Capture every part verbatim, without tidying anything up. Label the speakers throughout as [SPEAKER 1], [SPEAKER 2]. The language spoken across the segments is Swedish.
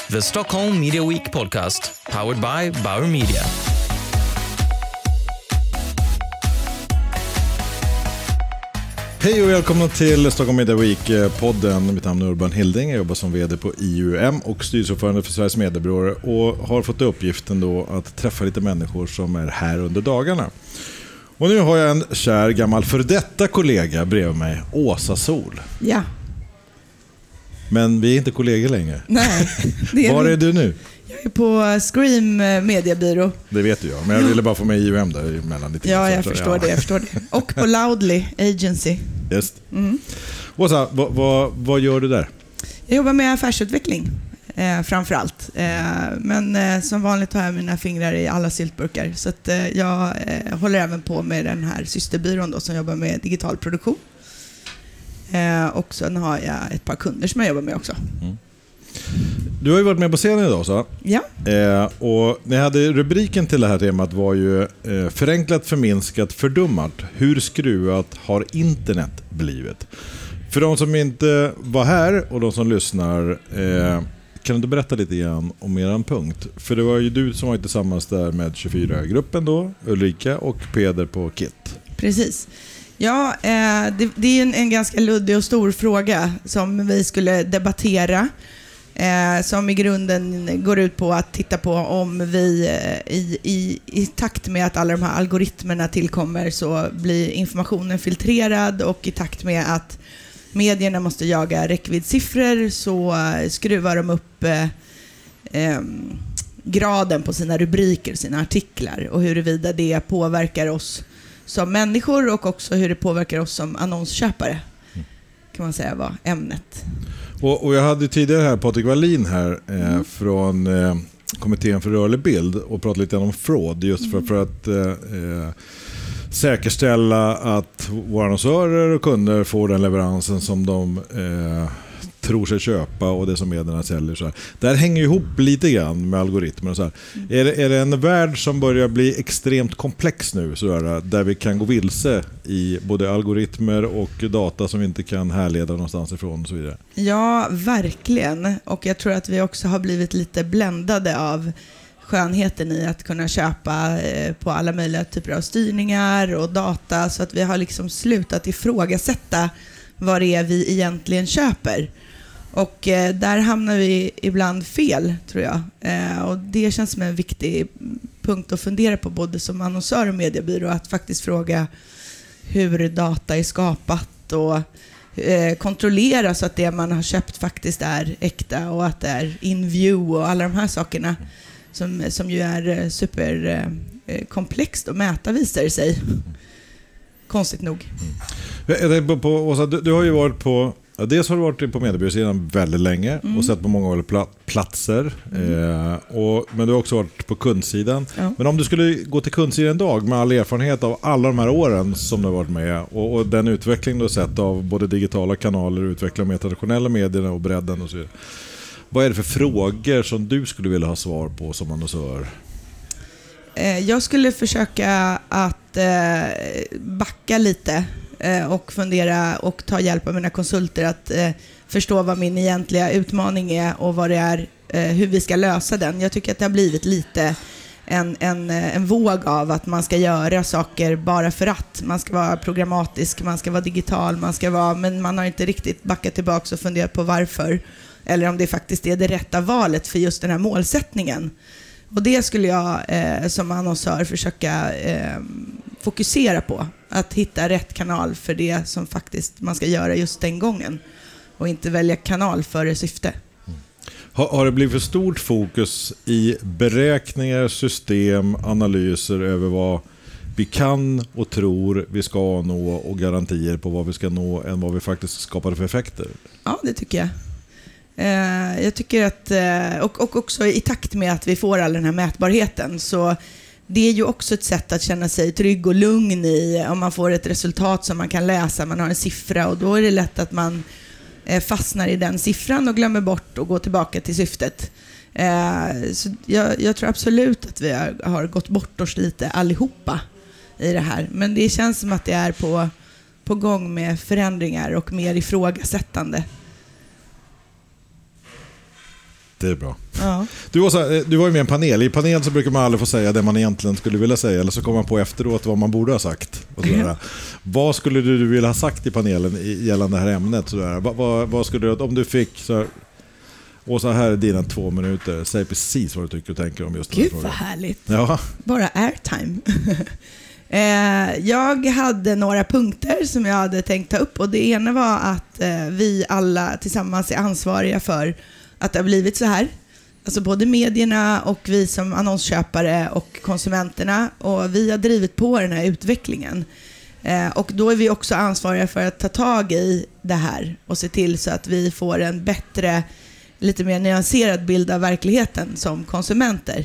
[SPEAKER 1] The Stockholm Media Week podcast, powered by Bauer Media.
[SPEAKER 2] Hej och välkomna till Stockholm Media Week-podden. Mitt namn är Urban Hilding, jag jobbar som vd på I U M och styrelseordförande för Sveriges mediebyråer och har fått uppgiften då att träffa lite människor som är här under dagarna. Och nu har jag en kär gammal för detta kollega bredvid mig, Åsa Sol.
[SPEAKER 3] Ja.
[SPEAKER 2] Men vi är inte kollegor längre.
[SPEAKER 3] Nej. Det är
[SPEAKER 2] Var är du nu?
[SPEAKER 3] Jag är på Scream mediebyrå.
[SPEAKER 2] Det vet jag, men jag ville bara få med I U M där emellan lite.
[SPEAKER 3] Ja, jag förstår ja. det, jag förstår det. Och på Loudly Agency.
[SPEAKER 2] Just.
[SPEAKER 3] Mm.
[SPEAKER 2] Åsa, vad, vad, vad gör du där?
[SPEAKER 3] Jag jobbar med affärsutveckling eh, framförallt. Eh, men eh, som vanligt har jag mina fingrar i alla syltburkar. Så att, eh, jag eh, håller även på med den här systerbyrån då, som jobbar med digital produktion. Eh, och sen har jag ett par kunder som jag jobbar med också. Mm.
[SPEAKER 2] Du har ju varit med på scenen idag, så.
[SPEAKER 3] Ja.
[SPEAKER 2] Eh, och ni hade rubriken till det här temat var ju eh, förenklat, förminskat, fördummat. Hur skruvat har internet blivit? För de som inte var här och de som lyssnar, eh, kan du berätta lite grann om er punkt? För det var ju du som var tillsammans där med tjugofyra-gruppen då, Ulrika och Peder på Kit.
[SPEAKER 3] Precis. Ja, eh, det, det är en, en ganska luddig och stor fråga som vi skulle debattera. Eh, som i grunden går ut på att titta på om vi eh, i, i, i takt med att alla de här algoritmerna tillkommer så blir informationen filtrerad, och i takt med att medierna måste jaga räckviddssiffror så eh, skruvar de upp eh, eh, graden på sina rubriker, sina artiklar, och huruvida det påverkar oss som människor och också hur det påverkar oss som annonsköpare, kan man säga var ämnet. Och,
[SPEAKER 2] och jag hade tidigare här Patrik Wallin här eh, mm. från eh, kommittén för rörlig bild och pratade lite om fraud just för, för att eh, säkerställa att våra annonsörer och kunder får den leveransen som de eh, tror sig köpa och det som medierna säljer. Så här. Det här hänger ihop lite grann med algoritmer. Och så här. Mm. Är, det, är det en värld som börjar bli extremt komplex nu, så här, där vi kan gå vilse i både algoritmer och data som vi inte kan härleda någonstans ifrån och så vidare?
[SPEAKER 3] Ja, verkligen. Och jag tror att vi också har blivit lite bländade av skönheten i att kunna köpa på alla möjliga typer av styrningar och data, så att vi har liksom slutat ifrågasätta vad det är vi egentligen köper. Och eh, där hamnar vi ibland fel, tror jag. Eh, och det känns som en viktig punkt att fundera på, både som annonsör och mediebyrå, att faktiskt fråga hur data är skapat och eh, kontrollera så att det man har köpt faktiskt är äkta och att det är in view och alla de här sakerna som, som ju är superkomplext eh, att mäta, visar det sig. Konstigt nog.
[SPEAKER 2] Mm. På, på, Åsa, du, du har ju varit på, ja, dels har du varit på mediebyråsidan väldigt länge mm. och sett på många olika platser. Mm. Eh, och, men du har också varit på kundsidan. Ja. Men om du skulle gå till kundsidan en dag med all erfarenhet av alla de här åren som du har varit med och, och den utveckling du har sett av både digitala kanaler, utveckling med traditionella medierna och bredden och så vidare. Vad är det för frågor som du skulle vilja ha svar på som annonsör?
[SPEAKER 3] Jag skulle försöka att backa lite och fundera och ta hjälp av mina konsulter att förstå vad min egentliga utmaning är och vad det är, hur vi ska lösa den. Jag tycker att det har blivit lite en, en, en våg av att man ska göra saker bara för att. Man ska vara programmatisk, man ska vara digital, man ska vara, men man har inte riktigt backat tillbaka och funderat på varför. Eller om det faktiskt är det rätta valet för just den här målsättningen. Och det skulle jag eh, som annonsör försöka eh, fokusera på. Att hitta rätt kanal för det som faktiskt man ska göra just den gången. Och inte välja kanal före syfte.
[SPEAKER 2] Mm. Har, har det blivit för stort fokus i beräkningar, system, analyser över vad vi kan och tror vi ska nå och garantier på vad vi ska nå än vad vi faktiskt skapar för effekter?
[SPEAKER 3] Ja, det tycker jag. Jag tycker att, och, och också i takt med att vi får all den här mätbarheten, så det är ju också ett sätt att känna sig trygg och lugn i om man får ett resultat som man kan läsa, man har en siffra, och då är det lätt att man fastnar i den siffran och glömmer bort och går tillbaka till syftet. Så jag, jag tror absolut att vi har, har gått bort oss lite allihopa i det här, men det känns som att det är på, på gång med förändringar och mer ifrågasättande.
[SPEAKER 2] Det är bra.
[SPEAKER 3] Ja.
[SPEAKER 2] Du var, så, du var ju med i en panel. I panel så brukar man aldrig få säga det man egentligen skulle vilja säga, eller så kommer man på efteråt vad man borde ha sagt. Och sådär. Vad skulle du vilja ha sagt i panelen gällande det här ämnet? Sådär? Vad, vad, vad skulle du, om du fick så här, och så här är dina två minuter, säg precis vad du tycker och tänker om just den här frågan.
[SPEAKER 3] Gud vad härligt.
[SPEAKER 2] Ja.
[SPEAKER 3] Bara airtime. Jag hade några punkter som jag hade tänkt ta upp, och det ena var att vi alla tillsammans är ansvariga för att det har blivit så här. Alltså både medierna och vi som annonsköpare och konsumenterna, och vi har drivit på den här utvecklingen. Och då är vi också ansvariga för att ta tag i det här och se till så att vi får en bättre, lite mer nyanserad bild av verkligheten som konsumenter.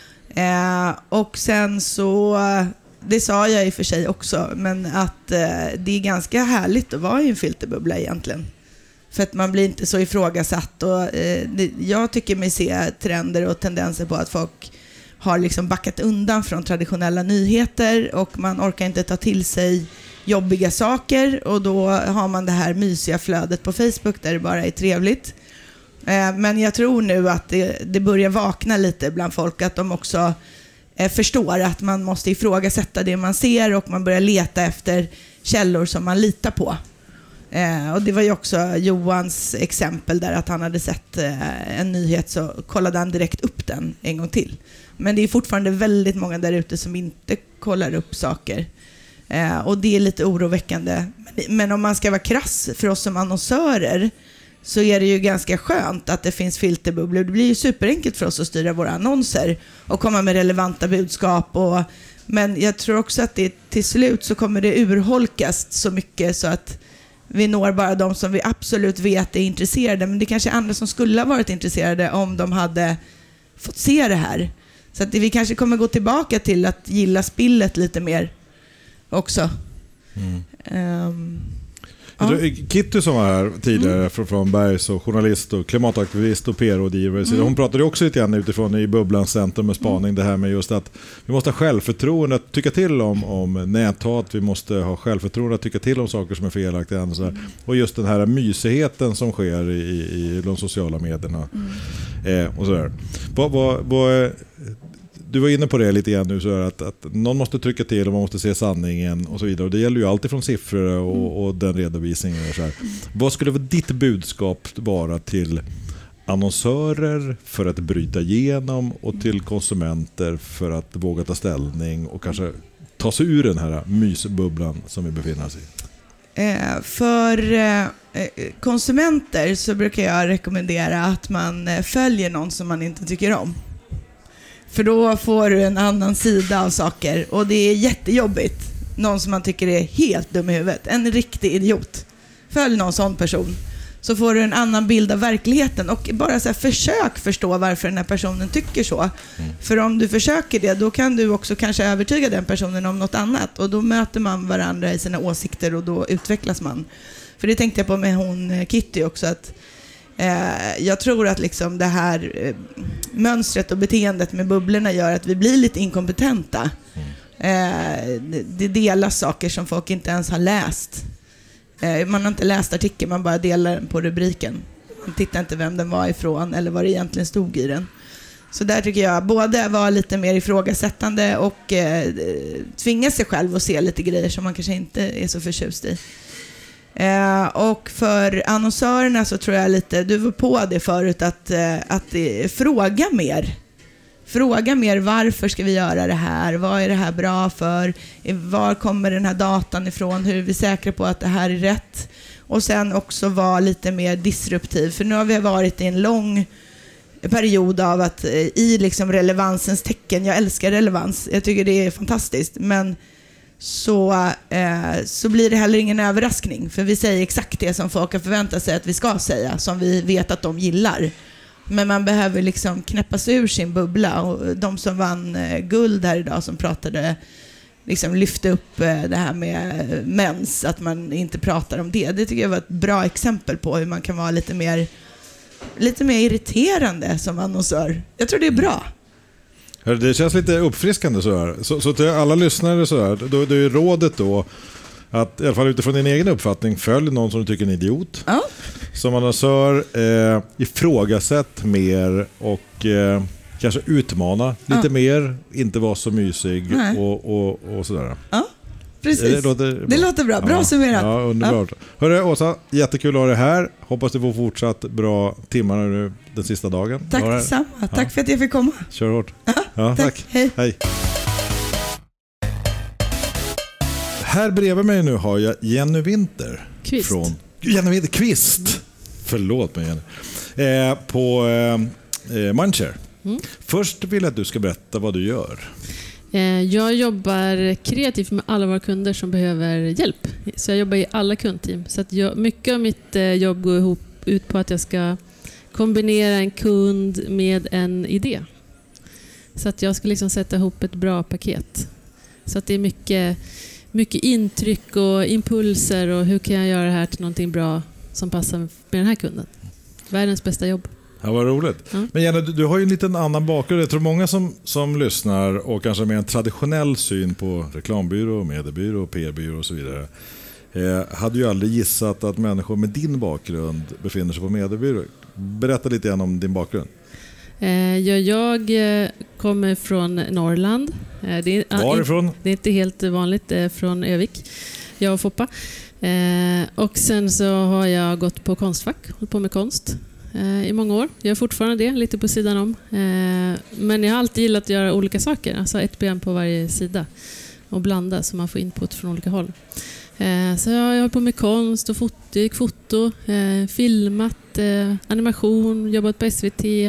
[SPEAKER 3] Och sen så, det sa jag i och för sig också, men att det är ganska härligt att vara i en filterbubbla egentligen. För att man blir inte så ifrågasatt, och eh, det, jag tycker mig se trender och tendenser på att folk har liksom backat undan från traditionella nyheter, och man orkar inte ta till sig jobbiga saker, och då har man det här mysiga flödet på Facebook där det bara är trevligt. Eh, men jag tror nu att det, det börjar vakna lite bland folk, att de också eh, förstår att man måste ifrågasätta det man ser, och man börjar leta efter källor som man litar på. Eh, och det var ju också Johans exempel där, att han hade sett eh, en nyhet, så kollade han direkt upp den en gång till. Men det är fortfarande väldigt många där ute som inte kollar upp saker. Eh, och det är lite oroväckande. Men, men om man ska vara krass för oss som annonsörer, så är det ju ganska skönt att det finns filterbubblor. Det blir ju superenkelt för oss att styra våra annonser och komma med relevanta budskap. Och, men jag tror också att det till slut så kommer det urholkas så mycket så att vi når bara de som vi absolut vet är intresserade. Men det kanske är andra som skulle ha varit intresserade om de hade fått se det här. Så att vi kanske kommer gå tillbaka till att gilla spillet lite mer också. Mm. Um,
[SPEAKER 2] ja. Kitty som var här tidigare mm. från, från Bergs, och journalist och klimataktivist och P R-rådgivare. Mm. Hon pratade också lite grann utifrån i Bubblans centrum med spaning, mm. det här med just att vi måste ha självförtroende att tycka till om, om näthat, vi måste ha självförtroende att tycka till om saker som är felaktiga. Och, mm. och just den här mysigheten som sker i, i de sociala medierna. Mm. Eh, och sådär. Vad, vad, vad, du var inne på det lite grann nu, så att, att någon måste trycka till och man måste se sanningen och så vidare. Och det gäller ju alltid från siffror och, och den redovisningen. Och så här. Vad skulle vara ditt budskap vara till annonsörer för att bryta igenom, och till konsumenter för att våga ta ställning och kanske ta sig ur den här mysbubblan som vi befinner oss i?
[SPEAKER 3] Eh, för eh, konsumenter så brukar jag rekommendera att man följer någon som man inte tycker om. För då får du en annan sida av saker, och det är jättejobbigt. Någon som man tycker är helt dum i huvudet, en riktig idiot. Följ någon sån person, så får du en annan bild av verkligheten, och bara så här, försök förstå varför den här personen tycker så. Mm. För om du försöker det, då kan du också kanske övertyga den personen om något annat, och då möter man varandra i sina åsikter, och då utvecklas man. För det tänkte jag på med hon Kitty också, att Eh, jag tror att liksom det här eh, mönstret och beteendet med bubblorna gör att vi blir lite inkompetenta. Eh, det, det delas saker som folk inte ens har läst. Eh, man har inte läst artikeln, man bara delar den på rubriken. Man tittar inte vem den var ifrån eller vad det egentligen stod i den. Så där tycker jag både vara lite mer ifrågasättande och eh, tvinga sig själv att se lite grejer som man kanske inte är så förtjust i. Eh, och för annonsörerna så tror jag lite, du var på det förut, att, eh, att eh, fråga mer. Fråga mer, varför ska vi göra det här? Vad är det här bra för? Var kommer den här datan ifrån? Hur är vi säkra på att det här är rätt? Och sen också vara lite mer disruptiv. För nu har vi varit i en lång period av att eh, i liksom relevansens tecken, jag älskar relevans, jag tycker det är fantastiskt, men så, eh, så blir det heller ingen överraskning, för vi säger exakt det som folk har förväntat sig att vi ska säga, som vi vet att de gillar. Men man behöver liksom knäppa sig ur sin bubbla, och de som vann eh, guld här idag som pratade, liksom lyfte upp eh, det här med mens, att man inte pratar om det. Det tycker jag var ett bra exempel på hur man kan vara lite mer, lite mer irriterande som annonsör. Jag tror det är bra.
[SPEAKER 2] Det känns lite uppfriskande så här. Så, så till alla lyssnare så här, då, då är rådet då att i alla fall utifrån din egen uppfattning, följ någon som du tycker är en idiot.
[SPEAKER 3] Ja.
[SPEAKER 2] Som annonsör, eh, ifrågasätt mer och eh, kanske utmana lite
[SPEAKER 3] Ja.
[SPEAKER 2] mer, inte vara så mysig och, och, och sådär.
[SPEAKER 3] Ja, precis.
[SPEAKER 2] Det låter bra.
[SPEAKER 3] Det låter bra. Bra
[SPEAKER 2] ja.
[SPEAKER 3] summerat.
[SPEAKER 2] Ja, underbart. Ja. Hörru Åsa, jättekul att ha dig här. Hoppas du får fortsatt bra timmar nu den sista dagen.
[SPEAKER 3] Tack detsamma. Ja. Tack för att jag fick komma.
[SPEAKER 2] Kör hårt.
[SPEAKER 3] Ja,
[SPEAKER 2] ja, tack.
[SPEAKER 3] tack. Hej.
[SPEAKER 2] Hej. Här bredvid mig nu har jag Jenny Winter.
[SPEAKER 4] Kvist.
[SPEAKER 2] Från Jenny Winter Kvist. Förlåt mig Jenny. Eh, på eh, Mindshare.
[SPEAKER 4] Mm.
[SPEAKER 2] Först vill jag att du ska berätta vad du gör.
[SPEAKER 4] Jag jobbar kreativt med alla våra kunder som behöver hjälp. Så jag jobbar i alla kundteam. Så att jag, mycket av mitt jobb går ihop ut på att jag ska kombinera en kund med en idé. Så att jag ska liksom sätta ihop ett bra paket. Så att det är mycket, mycket intryck och impulser och hur kan jag göra det här till någonting bra som passar med den här kunden. Världens bästa jobb.
[SPEAKER 2] Ja, vad roligt.
[SPEAKER 4] Ja.
[SPEAKER 2] Men Jenny, du, du har ju en liten annan bakgrund. Jag tror många som, som lyssnar och kanske med en traditionell syn på reklambyrå, mediebyrå, P R-byrå och så vidare eh, hade ju aldrig gissat att människor med din bakgrund befinner sig på mediebyrå. Berätta lite grann om din bakgrund.
[SPEAKER 4] Eh, ja, jag kommer från Norrland. Eh, det är,
[SPEAKER 2] Varifrån?
[SPEAKER 4] Det är inte helt vanligt, eh, från Övik. Jag och Foppa. Eh, och sen så har jag gått på Konstfack, hållit på med konst i många år. Jag gör fortfarande det, lite på sidan om. Men jag har alltid gillat att göra olika saker. Alltså ett ben på varje sida. Och blanda så man får input från olika håll. Så jag har hållit på med konst och foto, jag gick foto, filmat, animation, jobbat på S V T.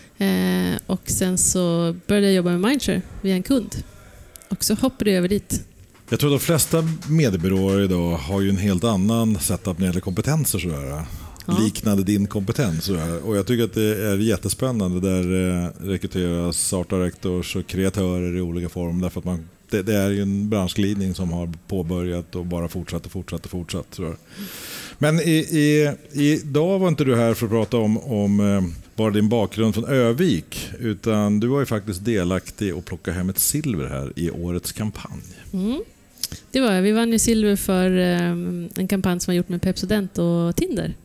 [SPEAKER 4] Och sen så började jag jobba med Mindshare via en kund. Och så hoppade jag över dit.
[SPEAKER 2] Jag tror att de flesta mediebyråer idag har ju en helt annan setup när det gäller kompetenser sådär. Ja. Liknande din kompetens. Och jag tycker att det är jättespännande där rekryteras art directors och kreatörer i olika former. Därför att man, det, det är ju en branschglidning som har påbörjat och bara fortsatt och fortsatt och fortsatt. Men i, i, idag var inte du här för att prata om, om bara din bakgrund från Övik. Utan du var ju faktiskt delaktig och plocka hem ett silver här i årets kampanj.
[SPEAKER 4] Mm. Det var jag. Vi vann ju silver för en kampanj som var gjort med Pepsodent och Tinder.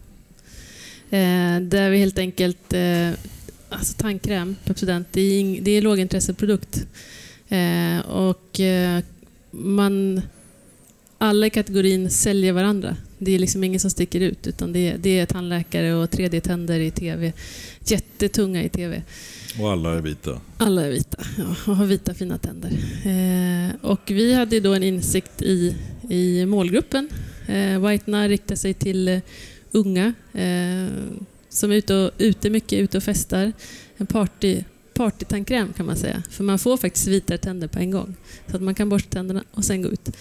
[SPEAKER 4] Eh, där vi helt enkelt eh, alltså tandkräm, Pepsodent, det är, ing, det är lågintresseprodukt eh, och eh, man alla i kategorin säljer varandra. Det är liksom ingen som sticker ut utan det, det är tandläkare och tre D-tänder i tv, jättetunga i tv.
[SPEAKER 2] Och alla är vita.
[SPEAKER 4] Alla är vita, ja, och har vita fina tänder. Eh, och vi hade då en insikt i, i målgruppen. Eh, Whitenar riktar sig till eh, unga eh, som är ute, och, ute mycket, ute och festar. En party, partytandkräm kan man säga. För man får faktiskt vitare tänder på en gång. Så att man kan borsta tänderna och sen gå ut.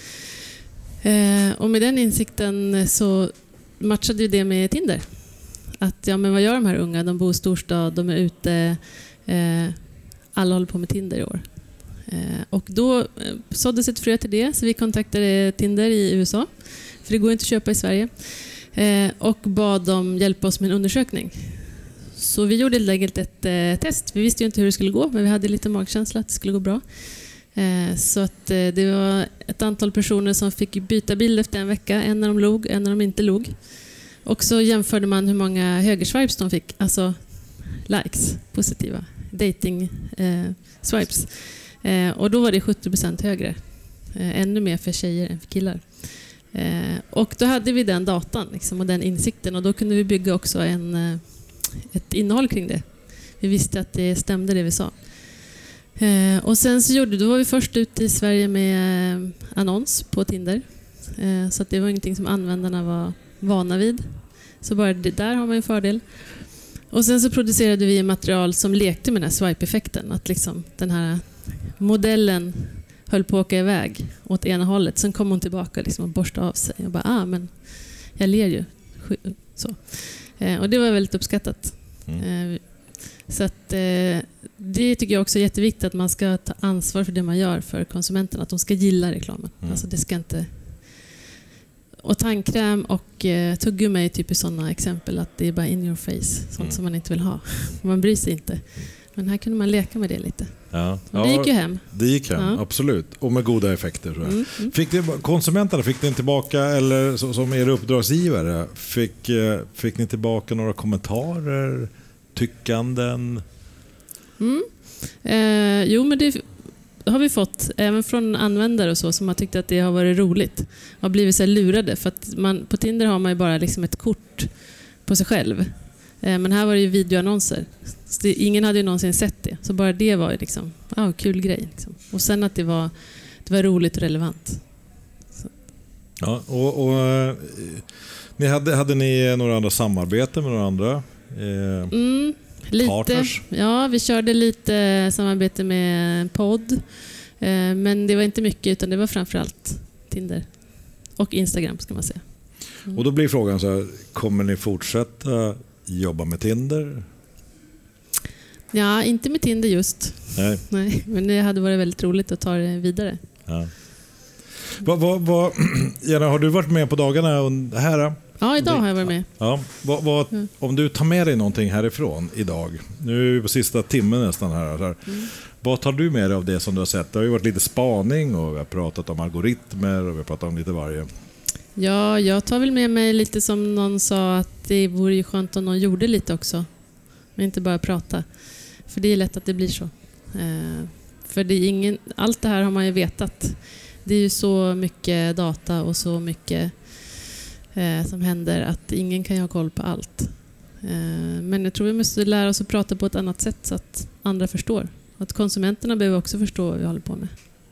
[SPEAKER 4] Eh, och med den insikten så matchade ju det med Tinder. Att ja, men vad gör de här unga? De bor i storstad, de är ute. Eh, alla håller på med Tinder i år. Eh, och då eh, såddes ett frö till det. Så vi kontaktade Tinder i U S A. För det går inte att köpa i Sverige. Eh, och bad dem hjälpa oss med en undersökning. Så vi gjorde helt enkelt ett eh, test. Vi visste ju inte hur det skulle gå, men vi hade lite magkänsla att det skulle gå bra. Eh, så att eh, det var ett antal personer som fick byta bild efter en vecka. En när de log, en när de inte log. Och så jämförde man hur många högerswipes de fick. Alltså likes, positiva. Dating eh, swipes. Eh, och då var det sjuttio procent högre. Eh, ännu mer för tjejer än för killar. Eh, och då hade vi den datan liksom, och den insikten och då kunde vi bygga också en, eh, ett innehåll kring det. Vi visste att det stämde det vi sa. Eh, och sen så gjorde, då var vi först ut i Sverige med eh, annons på Tinder. Eh, så att det var ingenting som användarna var vana vid. Så bara det där har man en fördel. Och sen så producerade vi material som lekte med den här swipe-effekten. Att liksom den här modellen höll på att åka iväg åt ena hållet. Sen kom hon tillbaka liksom och borstade av sig. Jag bara, ah men jag ler ju. Så. Eh, och det var väldigt uppskattat. Mm. Eh, så att eh, det tycker jag också är jätteviktigt att man ska ta ansvar för det man gör för konsumenterna. Att de ska gilla reklamen. Mm. Alltså det ska inte... Och tandkräm och eh, tuggummi är typ sådana exempel att det är bara in your face. Sånt mm. som man inte vill ha. Man bryr sig inte. Men här kunde man leka med det lite.
[SPEAKER 2] Ja.
[SPEAKER 4] Och det gick ju hem.
[SPEAKER 2] Det gick hem, ja. Absolut. Och med goda effekter. Tror jag. Mm, mm. Fick det, konsumenterna, fick ni tillbaka, eller så, som er uppdragsgivare, fick, fick ni tillbaka några kommentarer, tyckanden?
[SPEAKER 4] Mm. Eh, jo, men det har vi fått även från användare och så som har tyckt att det har varit roligt. Har blivit så här lurade, för att man, på Tinder har man ju bara liksom ett kort på sig själv. Eh, men här var det ju videoannonser. Så det, ingen hade ju någonsin sett det. Så bara det var ju liksom, ja, kul grej. Liksom. Och sen att det var, det var roligt och relevant. Så.
[SPEAKER 2] Ja, och, och ni hade, hade ni några andra samarbeten med några andra eh,
[SPEAKER 4] mm, lite,
[SPEAKER 2] partners?
[SPEAKER 4] Ja, vi körde lite samarbete med en podd. Eh, men det var inte mycket, utan det var framförallt Tinder. Och Instagram, ska man säga. Mm.
[SPEAKER 2] Och då blir frågan så här, kommer ni fortsätta jobba med Tinder?
[SPEAKER 4] Ja, inte med Tinder just.
[SPEAKER 2] Nej.
[SPEAKER 4] Nej, men det hade varit väldigt roligt att ta det vidare.
[SPEAKER 2] Ja. Vad, vad, vad, Jenna, har du varit med på dagarna här?
[SPEAKER 4] Ja, idag har jag varit med.
[SPEAKER 2] Ja. Vad, vad,
[SPEAKER 4] mm.
[SPEAKER 2] Om du tar med dig någonting härifrån idag, nu är vi på sista timmen nästan här. här. Mm. Vad tar du med dig av det som du har sett? Det har ju varit lite spaning och vi har pratat om algoritmer och vi har pratat om lite varje.
[SPEAKER 4] Ja, jag tar väl med mig lite som någon sa, att det vore ju skönt om någon gjorde lite också. Men inte bara prata. För det är lätt att det blir så. Eh, för det är ingen, allt det här har man ju vetat. Det är ju så mycket data och så mycket eh, som händer att ingen kan ju ha koll på allt. Eh, men jag tror vi måste lära oss att prata på ett annat sätt så att andra förstår. Att konsumenterna behöver också förstå vad vi håller på med.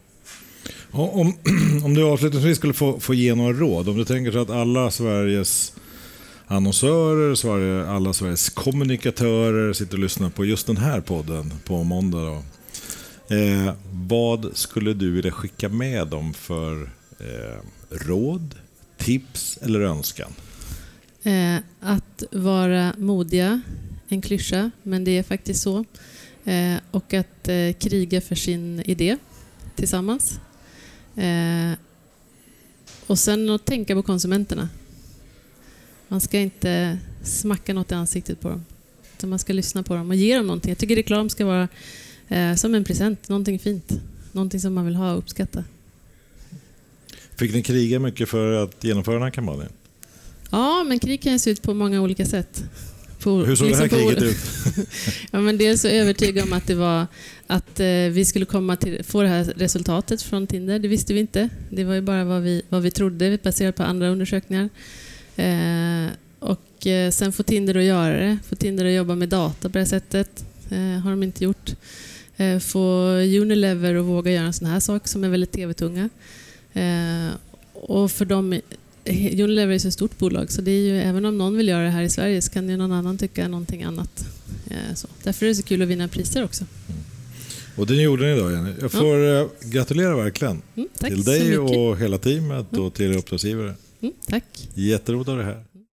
[SPEAKER 2] Om, om du avslutningsvis skulle få, få ge några råd, om du tänker så att alla Sveriges annonsörer, Sverige, alla Sveriges kommunikatörer sitter och lyssnar på just den här podden på måndag då. Eh, vad skulle du vilja skicka med dem för eh, råd, tips eller önskan?
[SPEAKER 4] Eh, att vara modiga, en klyscha, men det är faktiskt så. Eh, och att eh, kriga för sin idé tillsammans. Eh, och sen att tänka på konsumenterna. Man ska inte smacka något i ansiktet på dem. Utan man ska lyssna på dem och ge dem någonting. Jag tycker reklam ska vara eh, som en present. Någonting fint. Någonting som man vill ha och uppskatta.
[SPEAKER 2] Fick ni kriga mycket för att genomföra den här kampanjen?
[SPEAKER 4] Ja, men krig kan se ut på många olika sätt. På,
[SPEAKER 2] Hur såg liksom det här kriget ut?
[SPEAKER 4] Ja, men det är så övertygad om att det var att eh, vi skulle komma till få det här resultatet från Tinder. Det visste vi inte. Det var ju bara vad vi, vad vi trodde baserat på andra undersökningar. Eh, och eh, sen få Tinder att göra det. Få Tinder att jobba med data på det här sättet. Eh, har de inte gjort. Eh, få Unilever att våga göra en sån här sak som är väldigt tv-tunga. Eh, och för dem, Unilever är så stort bolag så det är ju, även om någon vill göra det här i Sverige så kan ju någon annan tycka någonting annat. Eh, så. Därför är det så kul att vinna priser också.
[SPEAKER 2] Mm. Och det gjorde ni idag, Jenny. Jag får ja. gratulera verkligen
[SPEAKER 4] mm, tack
[SPEAKER 2] till dig
[SPEAKER 4] och
[SPEAKER 2] hela teamet mm. och till uppdragsgivare.
[SPEAKER 4] Mm, tack.
[SPEAKER 2] Jätteroligt av det här.